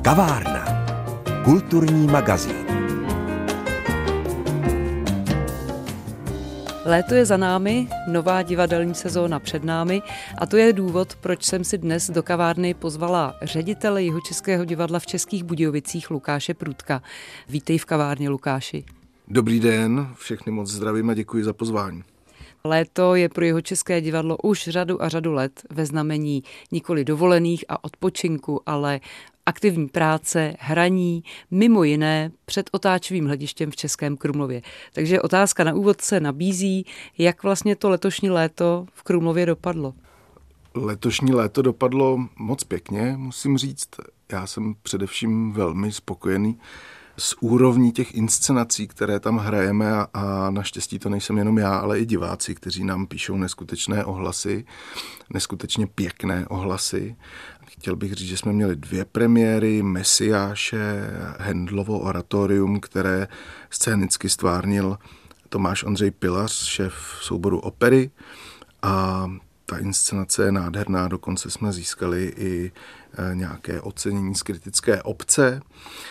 Kavárna. Kulturní magazín. Léto je za námi, nová divadelní sezóna před námi a to je důvod, proč jsem si dnes do kavárny pozvala ředitele Jihočeského divadla v Českých Budějovicích Lukáše Prudka. Vítej v kavárně, Lukáši. Dobrý den, všechny moc zdravím a děkuji za pozvání. Léto je pro Jihočeské divadlo už řadu a řadu let ve znamení nikoli dovolených a odpočinku, ale aktivní práce, hraní, mimo jiné před otáčivým hledištěm v Českém Krumlově. Takže otázka na úvod se nabízí, jak vlastně to letošní léto v Krumlově dopadlo. Letošní léto dopadlo moc pěkně, musím říct. Já jsem především velmi spokojený s úrovní těch inscenací, které tam hrajeme a naštěstí to nejsem jenom já, ale i diváci, kteří nám píšou neskutečné ohlasy, neskutečně pěkné ohlasy. Chtěl bych říct, že jsme měli 2 premiéry, Mesiáše, Handlovo oratorium, které scénicky stvárnil Tomáš Ondřej Pilař, šéf souboru opery, a ta inscenace je nádherná, dokonce jsme získali i nějaké ocenění z kritické obce.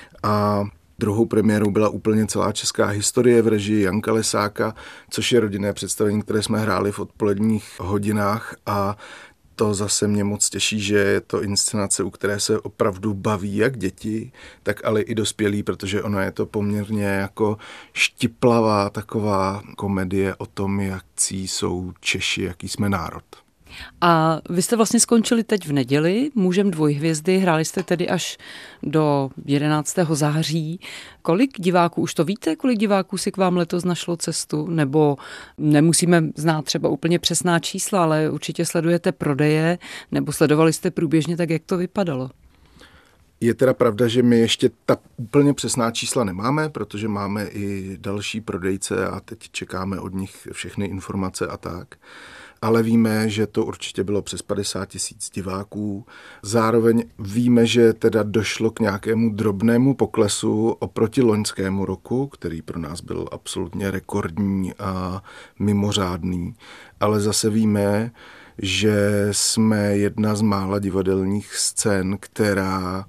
A druhou premiérou byla úplně celá česká historie v režii Janka Lesáka, což je rodinné představení, které jsme hráli v odpoledních hodinách, a to zase mě moc těší, že je to inscenace, u které se opravdu baví jak děti, tak ale i dospělí, protože ono je to poměrně jako štiplavá taková komedie o tom, jakcí jsou Češi, jaký jsme národ. A vy jste vlastně skončili teď v neděli, Mužem dvojhvězdy, hráli jste tedy až do 11. září. Kolik diváků, už to víte, kolik diváků si k vám letos našlo cestu? Nebo nemusíme znát třeba úplně přesná čísla, ale určitě sledujete prodeje, nebo sledovali jste průběžně, tak jak to vypadalo? Je teda pravda, že my ještě ta úplně přesná čísla nemáme, protože máme i další prodejce a teď čekáme od nich všechny informace a tak. Ale víme, že to určitě bylo přes 50 000 diváků. Zároveň víme, že teda došlo k nějakému drobnému poklesu oproti loňskému roku, který pro nás byl absolutně rekordní a mimořádný. Ale zase víme, že jsme jedna z mála divadelních scén, která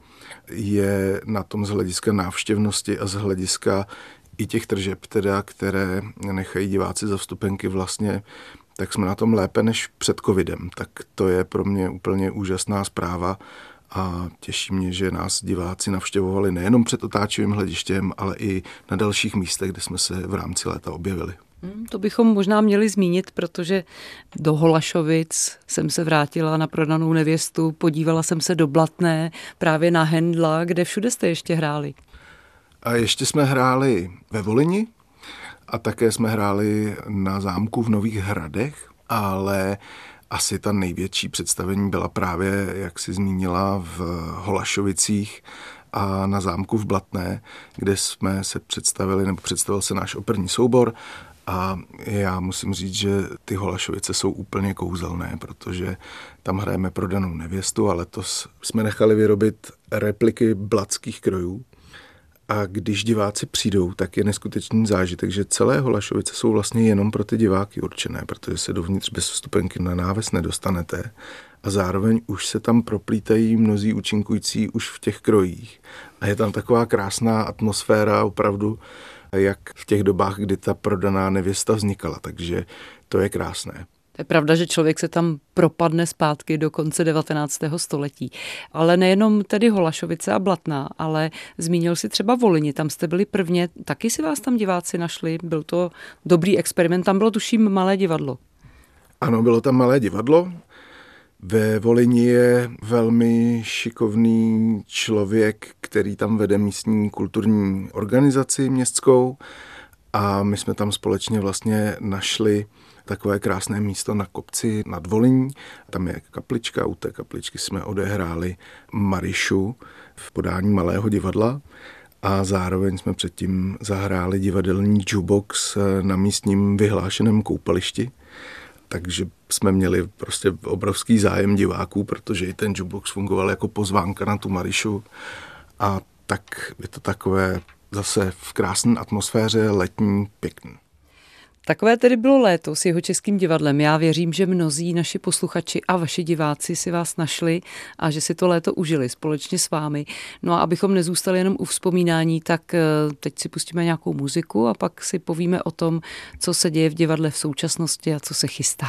je na tom z hlediska návštěvnosti a z hlediska i těch tržeb, teda, které nechají diváci za vstupenky vlastně, tak jsme na tom lépe než před covidem. Tak to je pro mě úplně úžasná zpráva a těší mě, že nás diváci navštěvovali nejenom před otáčivým hledištěm, ale i na dalších místech, kde jsme se v rámci léta objevili. To bychom možná měli zmínit, protože do Holašovic jsem se vrátila na Prodanou nevěstu, podívala jsem se do Blatné, právě na Handla, kde všude jste ještě hráli. A ještě jsme hráli ve Volyni a také jsme hráli na zámku v Nových Hradech, ale asi ta největší představení byla právě, jak si zmínila, v Holašovicích a na zámku v Blatné, kde jsme se představili, nebo představil se náš operní soubor. A já musím říct, že ty Holašovice jsou úplně kouzelné, protože tam hrajeme Prodanou nevěstu a letos jsme nechali vyrobit repliky blatských krojů. A když diváci přijdou, tak je neskutečný zážitek, že celé Holašovice jsou vlastně jenom pro ty diváky určené, protože se dovnitř bez vstupenky na náves nedostanete. A zároveň už se tam proplítají mnozí účinkující už v těch krojích. A je tam taková krásná atmosféra opravdu, jak v těch dobách, kdy ta Prodaná nevěsta vznikala, takže to je krásné. Je pravda, že člověk se tam propadne zpátky do konce 19. století. Ale nejenom tedy Holašovice a Blatná, ale zmínil si třeba Volyni, tam jste byli prvně, taky si vás tam diváci našli, byl to dobrý experiment, tam bylo tuším malé divadlo. Ano, bylo tam malé divadlo. Ve Volyni je velmi šikovný člověk, který tam vede místní kulturní organizaci městskou a my jsme tam společně vlastně našli takové krásné místo na kopci nad Volyní. Tam je kaplička, u té kapličky jsme odehráli Marišu v podání malého divadla a zároveň jsme předtím zahráli divadelní jukebox na místním vyhlášeném koupališti. Takže jsme měli prostě obrovský zájem diváků, protože i ten jukebox fungoval jako pozvánka na tu Marišu. A tak je to takové zase v krásné atmosféře, letní, pěkný. Takové tedy bylo léto s Jihočeským divadlem. Já věřím, že mnozí naši posluchači a vaši diváci si vás našli a že si to léto užili společně s vámi. No a abychom nezůstali jenom u vzpomínání, tak teď si pustíme nějakou muziku a pak si povíme o tom, co se děje v divadle v současnosti a co se chystá.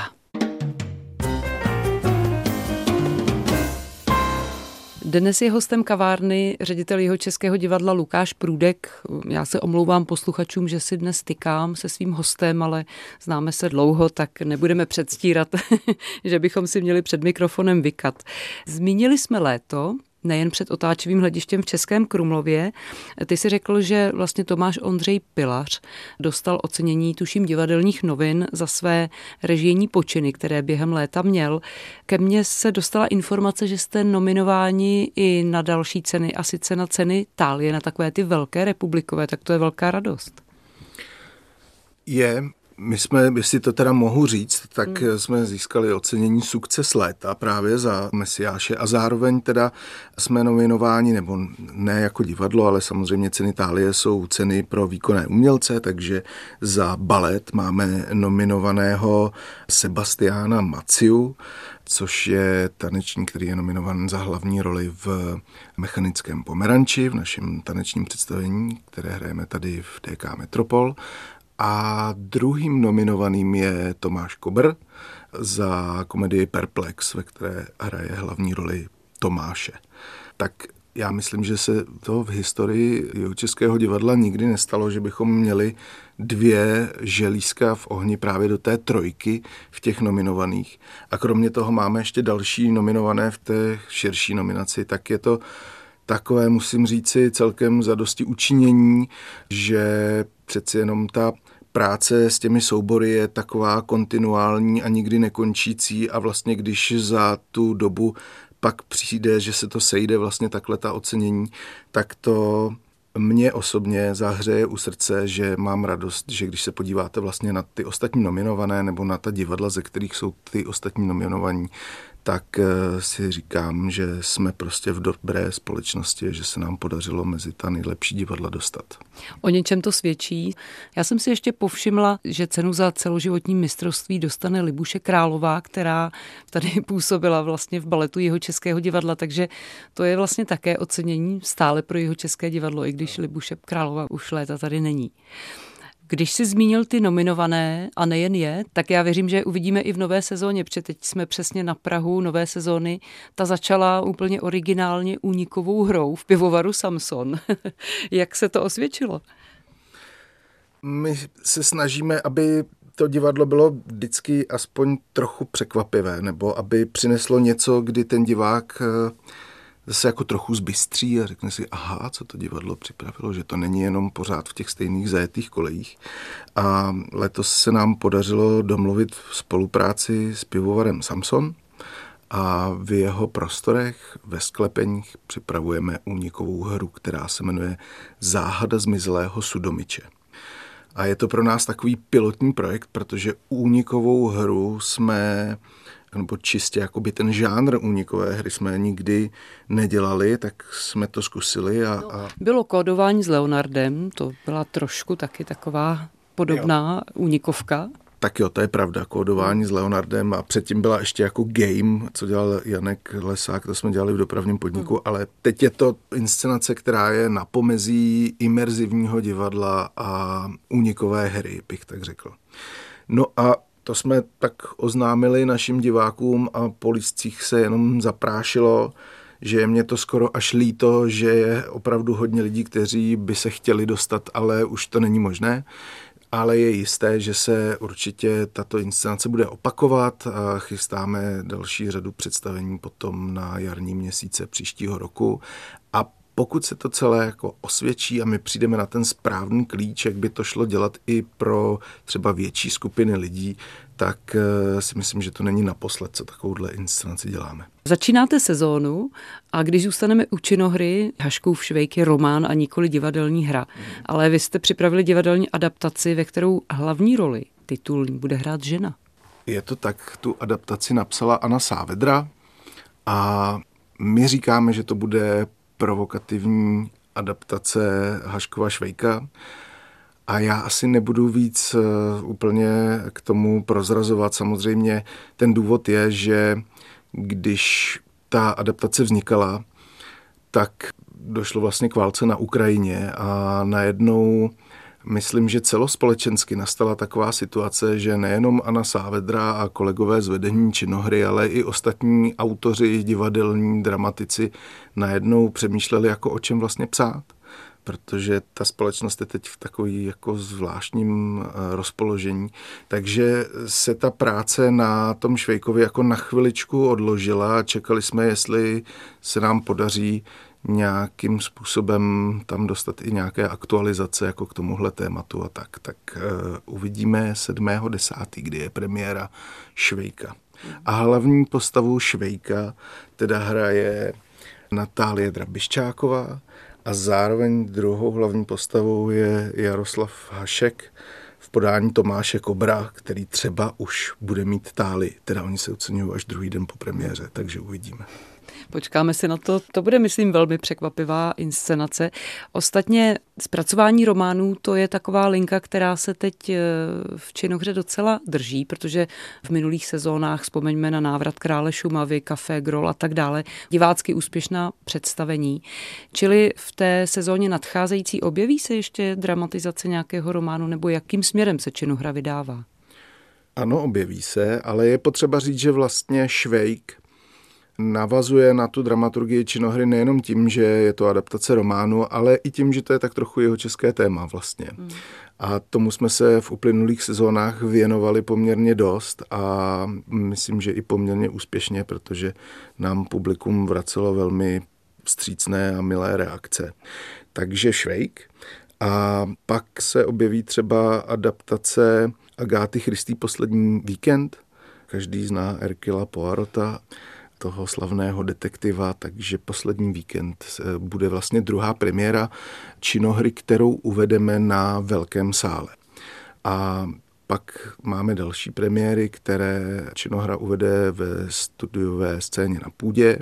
Dnes je hostem kavárny ředitel Jihočeského divadla Lukáš Průdek. Já se omlouvám posluchačům, že si dnes tykám se svým hostem, ale známe se dlouho, tak nebudeme předstírat, že bychom si měli před mikrofonem vykat. Zmínili jsme léto, nejen před otáčivým hledištěm v Českém Krumlově. Ty si řekl, že vlastně Tomáš Ondřej Pilař dostal ocenění, tuším, Divadelních novin za své režijní počiny, které během léta měl. Ke mně se dostala informace, že jste nominováni i na další ceny, a sice na ceny Thálie, na takové ty velké republikové, tak to je velká radost. My jsme, jestli to teda mohu říct, tak jsme získali ocenění Sukces léta právě za Mesiáše a zároveň teda jsme nominováni, nebo ne jako divadlo, ale samozřejmě ceny Thálie jsou ceny pro výkonné umělce, takže za balet máme nominovaného Sebastiána Maciu, což je tanečník, který je nominován za hlavní roli v Mechanickém Pomeranči, v našem tanečním představení, které hrajeme tady v DK Metropol. A druhým nominovaným je Tomáš Kobr za komedii Perplex, ve které hraje hlavní roli Tomáše. Tak já myslím, že se to v historii Jihočeského divadla nikdy nestalo, že bychom měli dvě želízka v ohni právě do té trojky v těch nominovaných. A kromě toho máme ještě další nominované v té širší nominaci, tak je to takové, musím říci, celkem zadosti učinění, že přeci jenom ta práce s těmi soubory je taková kontinuální a nikdy nekončící a vlastně když za tu dobu pak přijde, že se to sejde vlastně takhle ta ocenění, tak to mě osobně zahřeje u srdce, že mám radost, že když se podíváte vlastně na ty ostatní nominované nebo na ta divadla, ze kterých jsou ty ostatní nominovaní, tak si říkám, že jsme prostě v dobré společnosti, že se nám podařilo mezi ta nejlepší divadla dostat. O něčem to svědčí. Já jsem si ještě povšimla, že cenu za celoživotní mistrovství dostane Libuše Králová, která tady působila vlastně v baletu Jihočeského divadla, takže to je vlastně také ocenění stále pro Jihočeské divadlo, i když Libuše Králová už léta tady není. Když jsi zmínil ty nominované, a nejen je, tak já věřím, že je uvidíme i v nové sezóně, protože teď jsme přesně na prahu nové sezóny. Ta začala úplně originálně únikovou hrou v pivovaru Samson. Jak se to osvědčilo? My se snažíme, aby to divadlo bylo vždycky aspoň trochu překvapivé, nebo aby přineslo něco, kdy ten divák zase jako trochu zbystří a řekne si, aha, co to divadlo připravilo, že to není jenom pořád v těch stejných zajetých kolejích. A letos se nám podařilo domluvit v spolupráci s pivovarem Samson a v jeho prostorech ve sklepeních připravujeme únikovou hru, která se jmenuje Záhada zmizelého Sudomiče. A je to pro nás takový pilotní projekt, protože únikovou hru jsme, nebo čistě jakoby ten žánr únikové hry jsme nikdy nedělali, tak jsme to zkusili. Bylo kódování s Leonardem, to byla trošku taky taková podobná únikovka. Tak jo, to je pravda, kódování s Leonardem a předtím byla ještě jako game, co dělal Janek Lesák, to jsme dělali v Dopravním podniku, ale teď je to inscenace, která je na pomezí imerzivního divadla a únikové hry, bych tak řekl. No a to jsme tak oznámili našim divákům a po lístcích se jenom zaprášilo, že je mě to skoro až líto, že je opravdu hodně lidí, kteří by se chtěli dostat, ale už to není možné. Ale je jisté, že se určitě tato inscenace bude opakovat a chystáme další řadu představení potom na jarní měsíce příštího roku. A pokud se to celé jako osvědčí a my přijdeme na ten správný klíč, jak by to šlo dělat i pro třeba větší skupiny lidí, tak si myslím, že to není naposled, co takovouhle inscenaci děláme. Začínáte sezónu a když zůstaneme u činohry, Haškův Švejk je román a nikoli divadelní hra. Ale vy jste připravili divadelní adaptaci, ve kterou hlavní roli titulní bude hrát žena. Je to tak, tu adaptaci napsala Anna Sávedra a my říkáme, že to bude provokativní adaptace Haškova Švejka. A já asi nebudu víc úplně k tomu prozrazovat. Samozřejmě ten důvod je, že když ta adaptace vznikala, tak došlo vlastně k válce na Ukrajině a najednou myslím, že celospolečensky nastala taková situace, že nejenom Anna Saavedra a kolegové z vedení činohry, ale i ostatní autoři, divadelní dramatici najednou přemýšleli, jako o čem vlastně psát. Protože ta společnost je teď v takový jako zvláštním rozpoložení. Takže se ta práce na tom Švejkovi jako na chviličku odložila a čekali jsme, jestli se nám podaří nějakým způsobem tam dostat i nějaké aktualizace jako k tomuhle tématu a tak. Tak uvidíme 7.10., kdy je premiéra Švejka. A hlavní postavu Švejka teda hraje Natálie Drabiščáková a zároveň druhou hlavní postavou je Jaroslav Hašek v podání Tomáše Kobra, který třeba už bude mít táli. Teda oni se oceňují až druhý den po premiéře, takže uvidíme. Počkáme si na to. To bude, myslím, velmi překvapivá inscenace. Ostatně zpracování románů, to je taková linka, která se teď v činohře docela drží, protože v minulých sezónách, vzpomeňme na Návrat krále Šumavy, Café Grol a tak dále, divácky úspěšná představení. Čili v té sezóně nadcházející objeví se ještě dramatizace nějakého románu, nebo jakým směrem se činohra vydává? Ano, objeví se, ale je potřeba říct, že vlastně Švejk navazuje na tu dramaturgii činohry nejenom tím, že je to adaptace románu, ale i tím, že to je tak trochu jeho české téma vlastně. A tomu jsme se v uplynulých sezónách věnovali poměrně dost a myslím, že i poměrně úspěšně, protože nám publikum vracelo velmi vstřícné a milé reakce. Takže Švejk. A pak se objeví třeba adaptace Agáty Christie Poslední víkend. Každý zná Hercula Poirota, toho slavného detektiva, takže Poslední víkend bude vlastně druhá premiéra činohry, kterou uvedeme na velkém sále. A pak máme další premiéry, které činohra uvede ve studiové scéně na Půdě.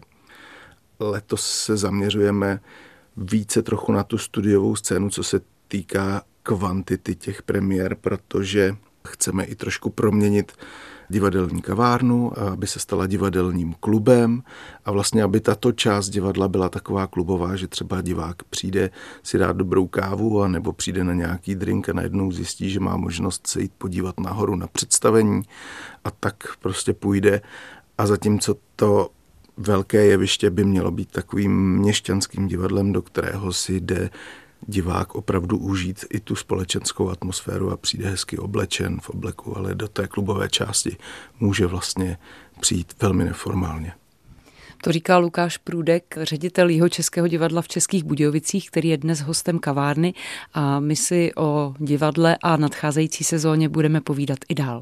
Letos se zaměřujeme více trochu na tu studiovou scénu, co se týká kvantity těch premiér, protože chceme i trošku proměnit divadelní kavárnu, aby se stala divadelním klubem a vlastně, aby tato část divadla byla taková klubová, že třeba divák přijde si dát dobrou kávu a nebo přijde na nějaký drink a najednou zjistí, že má možnost se jít podívat nahoru na představení a tak prostě půjde. A zatímco to velké jeviště by mělo být takovým měšťanským divadlem, do kterého si jde divák opravdu užít i tu společenskou atmosféru a přijde hezky oblečen v obleku, ale do té klubové části může vlastně přijít velmi neformálně. To říká Lukáš Průdek, ředitel Jihočeského divadla v Českých Budějovicích, který je dnes hostem kavárny a my si o divadle a nadcházející sezóně budeme povídat i dál.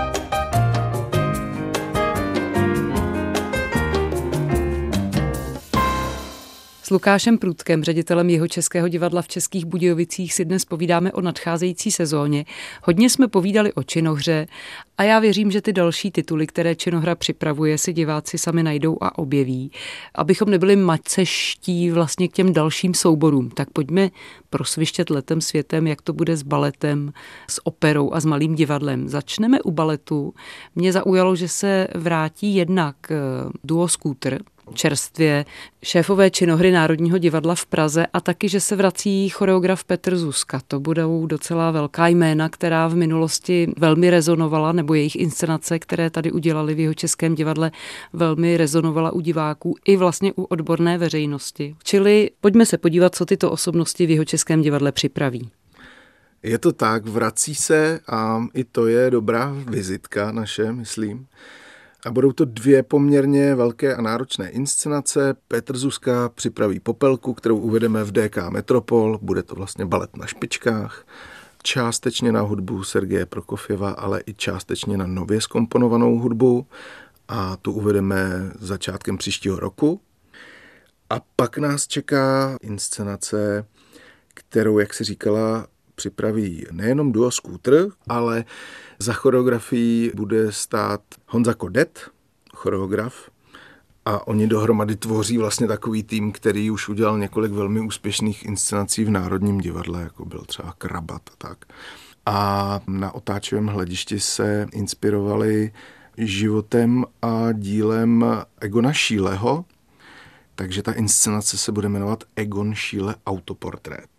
S Lukášem Průdkem, ředitelem Jihočeského divadla v Českých Budějovicích, si dnes povídáme o nadcházející sezóně. Hodně jsme povídali o činohře a já věřím, že ty další tituly, které činohra připravuje, si diváci sami najdou a objeví. Abychom nebyli maceští vlastně k těm dalším souborům, tak pojďme prosvištět letem světem, jak to bude s baletem, s operou a s malým divadlem. Začneme u baletu. Mě zaujalo, že se vrátí jednak duo Skútr, čerstvě šéfové činohry Národního divadla v Praze a taky, že se vrací choreograf Petr Zuzka. To budou docela velká jména, která v minulosti velmi rezonovala, nebo jejich inscenace, které tady udělali v Jihočeském divadle, velmi rezonovala u diváků i vlastně u odborné veřejnosti. Čili pojďme se podívat, co tyto osobnosti v Jihočeském divadle připraví. Je to tak, vrací se a i to je dobrá vizitka naše, myslím. A budou to dvě poměrně velké a náročné inscenace. Petr Zuzka připraví Popelku, kterou uvedeme v DK Metropol. Bude to vlastně balet na špičkách. Částečně na hudbu Sergeje Prokofjeva, ale i částečně na nově zkomponovanou hudbu. A tu uvedeme začátkem příštího roku. A pak nás čeká inscenace, kterou, jak si říkala, připraví nejenom duo Skútr, ale za choreografií bude stát Honza Kodet, choreograf, A oni dohromady tvoří vlastně takový tým, který už udělal několik velmi úspěšných inscenací v Národním divadle, jako byl třeba Krabat a tak. A na otáčivém hledišti se inspirovali životem a dílem Egona Schieleho, takže ta inscenace se bude jmenovat Egon Schiele autoportrét.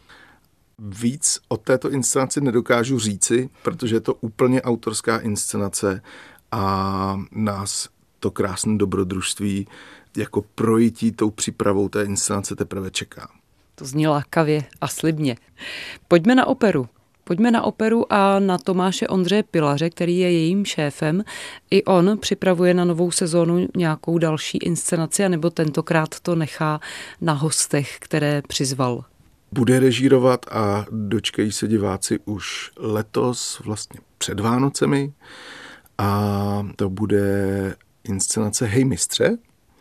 Víc o této inscenaci nedokážu říci, protože je to úplně autorská inscenace a nás to krásné dobrodružství jako projití tou přípravou té inscenace teprve čeká. To zní lákavě a slibně. Pojďme na operu. Pojďme na operu a na Tomáše Ondřeje Pilaře, který je jejím šéfem. I on připravuje na novou sezónu nějakou další inscenaci, anebo tentokrát to nechá na hostech, které přizval. Bude režírovat a dočkají se diváci už letos, vlastně před Vánocemi. A to bude inscenace Hej mistře.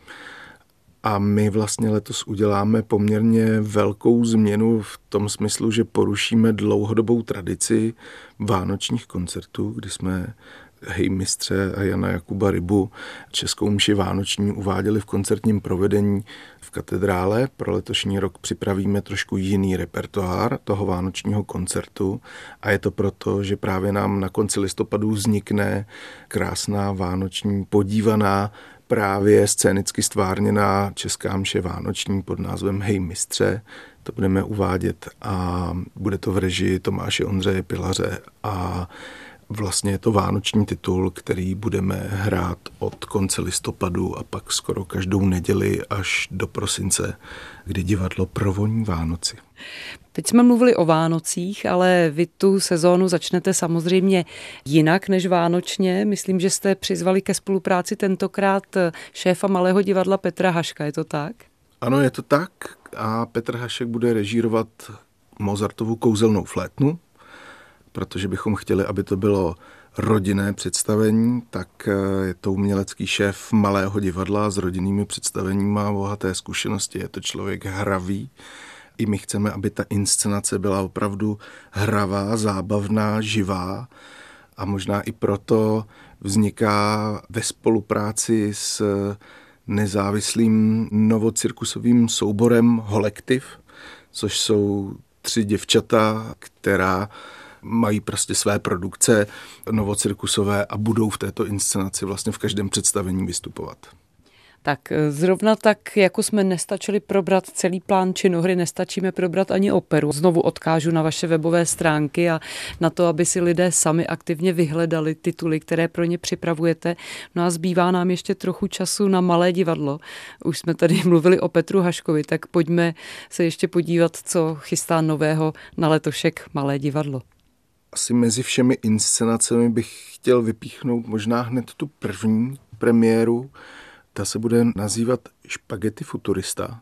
A my vlastně letos uděláme poměrně velkou změnu v tom smyslu, že porušíme dlouhodobou tradici vánočních koncertů, kdy jsme Hej mistře a Jana Jakuba Rybu českou mši vánoční uváděli v koncertním provedení v katedrále. Pro letošní rok připravíme trošku jiný repertoár toho vánočního koncertu a je to proto, že právě nám na konci listopadu vznikne krásná vánoční podívaná právě scénicky stvárněná česká mše vánoční pod názvem Hej mistře. To budeme uvádět a bude to v režii Tomáše Ondřeje Pilaře a vlastně je to vánoční titul, který budeme hrát od konce listopadu a pak skoro každou neděli až do prosince, kdy divadlo provoní Vánoci. Teď jsme mluvili o Vánocích, ale vy tu sezónu začnete samozřejmě jinak než vánočně. Myslím, že jste přizvali ke spolupráci tentokrát šéfa Malého divadla Petra Haška, je to tak? Ano, je to tak a Petr Hašek bude režírovat Mozartovu Kouzelnou flétnu, protože bychom chtěli, aby to bylo rodinné představení, tak je to umělecký šéf Malého divadla s rodinnými představeními, má bohaté zkušenosti, je to člověk hravý. I my chceme, aby ta inscenace byla opravdu hravá, zábavná, živá a možná i proto vzniká ve spolupráci s nezávislým novocirkusovým souborem Holektiv, což jsou 3 děvčata, která mají prostě své produkce novocirkusové a budou v této inscenaci vlastně v každém představení vystupovat. Tak zrovna tak, jako jsme nestačili probrat celý plán činohry, nestačíme probrat ani operu. Znovu odkážu na vaše webové stránky a na to, aby si lidé sami aktivně vyhledali tituly, které pro ně připravujete. No a zbývá nám ještě trochu času na Malé divadlo. Už jsme tady mluvili o Petru Haškovi, tak pojďme se ještě podívat, co chystá nového na letošek Malé divadlo. Asi mezi všemi inscenacemi bych chtěl vypíchnout možná hned tu první premiéru. Ta se bude nazývat Špagety futurista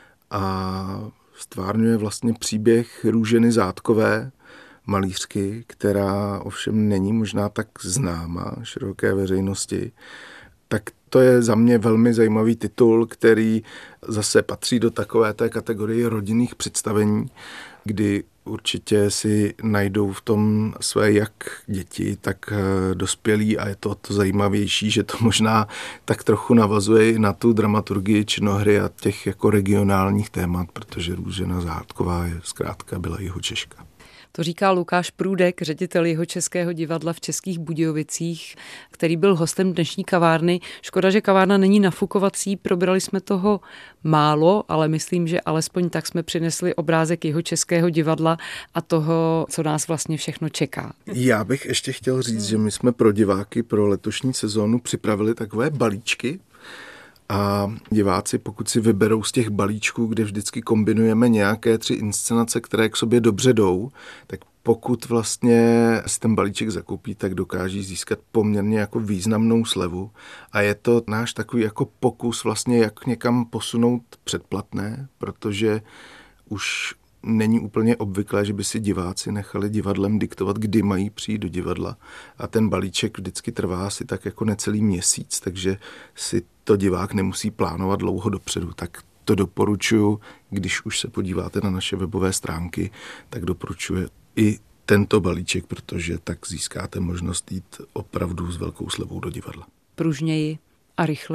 a stvárňuje vlastně příběh Růženy Zátkové, malířky, která ovšem není možná tak známá široké veřejnosti. Tak to je za mě velmi zajímavý titul, který zase patří do takové té kategorie rodinných představení, kdy určitě si najdou v tom své jak děti, tak dospělí a je to zajímavější, že to možná tak trochu navazuje i na tu dramaturgii činohry a těch jako regionálních témat, protože Růžena Záhtková je zkrátka byla Jihočeška. To říká Lukáš Průdek, ředitel Jihočeského divadla v Českých Budějovicích, který byl hostem dnešní kavárny. Škoda, že kavárna není nafukovací, probrali jsme toho málo, ale myslím, že alespoň tak jsme přinesli obrázek Jihočeského divadla a toho, co nás vlastně všechno čeká. Já bych ještě chtěl říct, že my jsme pro diváky pro letošní sezónu připravili takové balíčky, a diváci, pokud si vyberou z těch balíčků, kde vždycky kombinujeme nějaké 3 inscenace, které k sobě dobře jdou, tak pokud vlastně si ten balíček zakoupí, tak dokáží získat poměrně jako významnou slevu. A je to náš takový jako pokus vlastně, jak někam posunout předplatné, protože už není úplně obvyklé, že by si diváci nechali divadlem diktovat, kdy mají přijít do divadla. A ten balíček vždycky trvá asi tak jako necelý měsíc, takže si to divák nemusí plánovat dlouho dopředu. Tak to doporučuji, když už se podíváte na naše webové stránky, tak doporučuji i tento balíček, protože tak získáte možnost jít opravdu s velkou slevou do divadla. Pružněji a rychleji.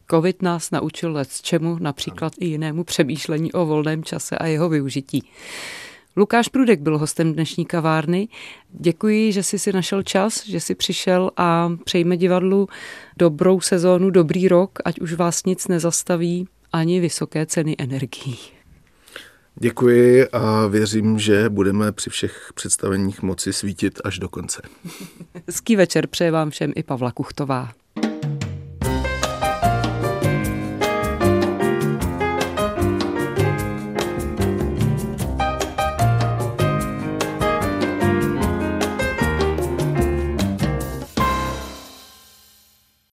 Covid nás naučil lecčemu, například i jinému přemýšlení o volném čase a jeho využití. Lukáš Prudek byl hostem dnešní kavárny. Děkuji, že jsi si našel čas, že jsi přišel a přejme divadlu dobrou sezónu, dobrý rok, ať už vás nic nezastaví, ani vysoké ceny energií. Děkuji a věřím, že budeme při všech představeních moci svítit až do konce. Hezký večer přeje vám všem i Pavla Kuchtová.